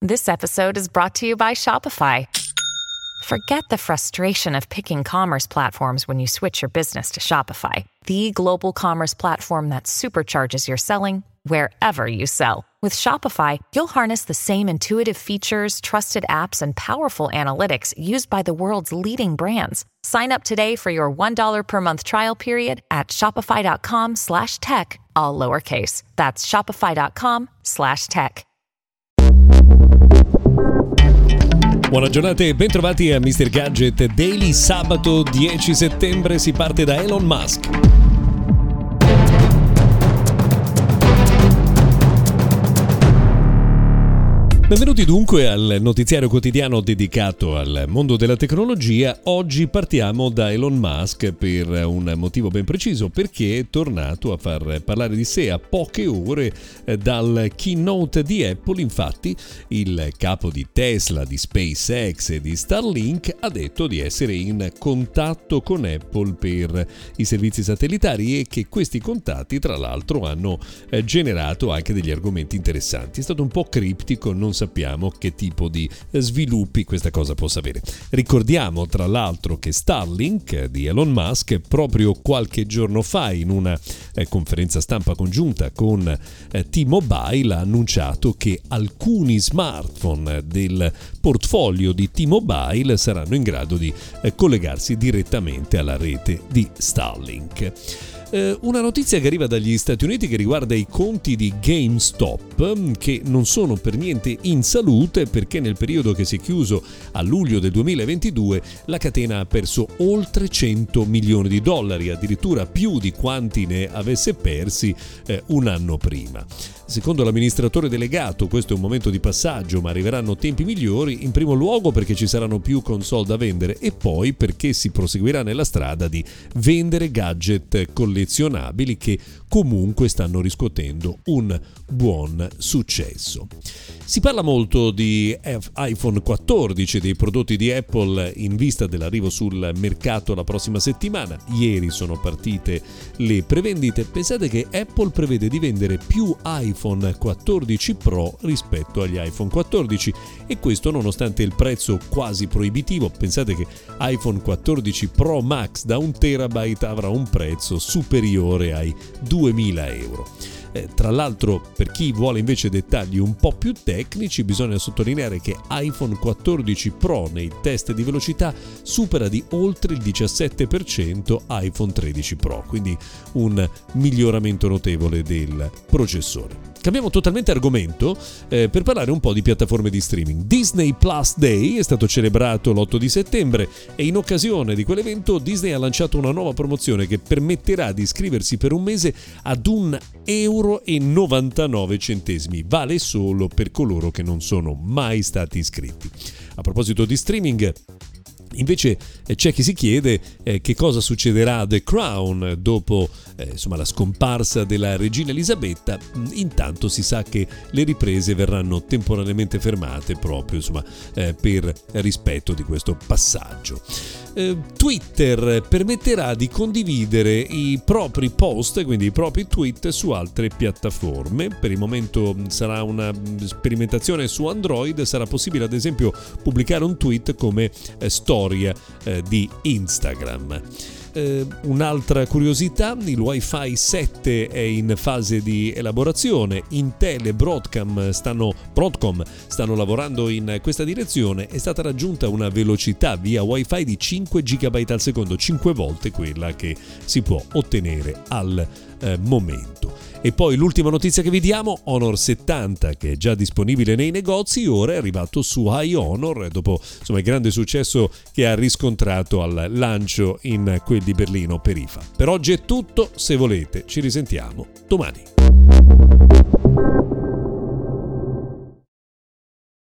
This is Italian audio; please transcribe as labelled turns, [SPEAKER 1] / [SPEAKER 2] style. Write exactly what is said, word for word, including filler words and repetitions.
[SPEAKER 1] This episode is brought to you by Shopify. Forget the frustration of picking commerce platforms when you switch your business to Shopify, the global commerce platform that supercharges your selling wherever you sell. With Shopify, you'll harness the same intuitive features, trusted apps, and powerful analytics used by the world's leading brands. Sign up today for your one dollar per month trial period at shopify.com slash tech, all lowercase. That's shopify.com slash tech.
[SPEAKER 2] Buona giornata e bentrovati a mister Gadget Daily. Sabato dieci settembre si parte da Elon Musk. Benvenuti dunque al notiziario quotidiano dedicato al mondo della tecnologia. Oggi partiamo da Elon Musk per un motivo ben preciso, perché è tornato a far parlare di sé a poche ore dal keynote di Apple. Infatti il capo di Tesla, di SpaceX e di Starlink ha detto di essere in contatto con Apple per i servizi satellitari e che questi contatti tra l'altro hanno generato anche degli argomenti interessanti. È stato un po' criptico, non sappiamo che tipo di sviluppi questa cosa possa avere. Ricordiamo tra l'altro che Starlink di Elon Musk proprio qualche giorno fa in una eh, conferenza stampa congiunta con eh, T-Mobile ha annunciato che alcuni smartphone del portfolio di T-Mobile saranno in grado di eh, collegarsi direttamente alla rete di Starlink. Una notizia che arriva dagli Stati Uniti che riguarda i conti di GameStop, che non sono per niente in salute, perché nel periodo che si è chiuso a luglio del duemilaventidue la catena ha perso oltre cento milioni di dollari, addirittura più di quanti ne avesse persi eh, un anno prima. Secondo l'amministratore delegato questo è un momento di passaggio, ma arriveranno tempi migliori, in primo luogo perché ci saranno più console da vendere e poi perché si proseguirà nella strada di vendere gadget collezionabili che comunque stanno riscuotendo un buon successo. Si parla molto di iPhone quattordici, dei prodotti di Apple in vista dell'arrivo sul mercato la prossima settimana. Ieri sono partite le prevendite. Pensate che Apple prevede di vendere più iPhone quattordici Pro rispetto agli iPhone quattordici e questo nonostante il prezzo quasi proibitivo. Pensate che iPhone quattordici Pro Max da un terabyte avrà un prezzo superiore ai duemila euro. Eh, tra l'altro, per chi vuole invece dettagli un po' più tecnici, bisogna sottolineare che iPhone quattordici Pro nei test di velocità supera di oltre il diciassette per cento iPhone tredici Pro, quindi un miglioramento notevole del processore. Cambiamo totalmente argomento eh, per parlare un po' di piattaforme di streaming. Disney Plus Day è stato celebrato l'otto di settembre e in occasione di quell'evento Disney ha lanciato una nuova promozione che permetterà di iscriversi per un mese ad un euro e novantanove centesimi. Vale solo per coloro che non sono mai stati iscritti. A proposito di streaming, invece eh, c'è chi si chiede eh, che cosa succederà a The Crown dopo eh, insomma, la scomparsa della regina Elisabetta. Intanto si sa che le riprese verranno temporaneamente fermate proprio insomma, eh, per rispetto di questo passaggio. Eh, Twitter permetterà di condividere i propri post, quindi i propri tweet, su altre piattaforme. Per il momento sarà una sperimentazione su Android, sarà possibile ad esempio pubblicare un tweet come eh, storia eh, di Instagram. Eh, un'altra curiosità, il Wi-Fi sette è in fase di elaborazione. Intel e Broadcom stanno, Broadcom stanno lavorando in questa direzione. È stata raggiunta una velocità via Wi-Fi di cinque gigabyte al secondo, cinque volte quella che si può ottenere al eh, momento. E poi l'ultima notizia che vi diamo, Honor settanta, che è già disponibile nei negozi, ora è arrivato su iHonor dopo insomma, il grande successo che ha riscontrato al lancio in quel di Berlino per I F A. Per oggi è tutto, se volete ci risentiamo domani.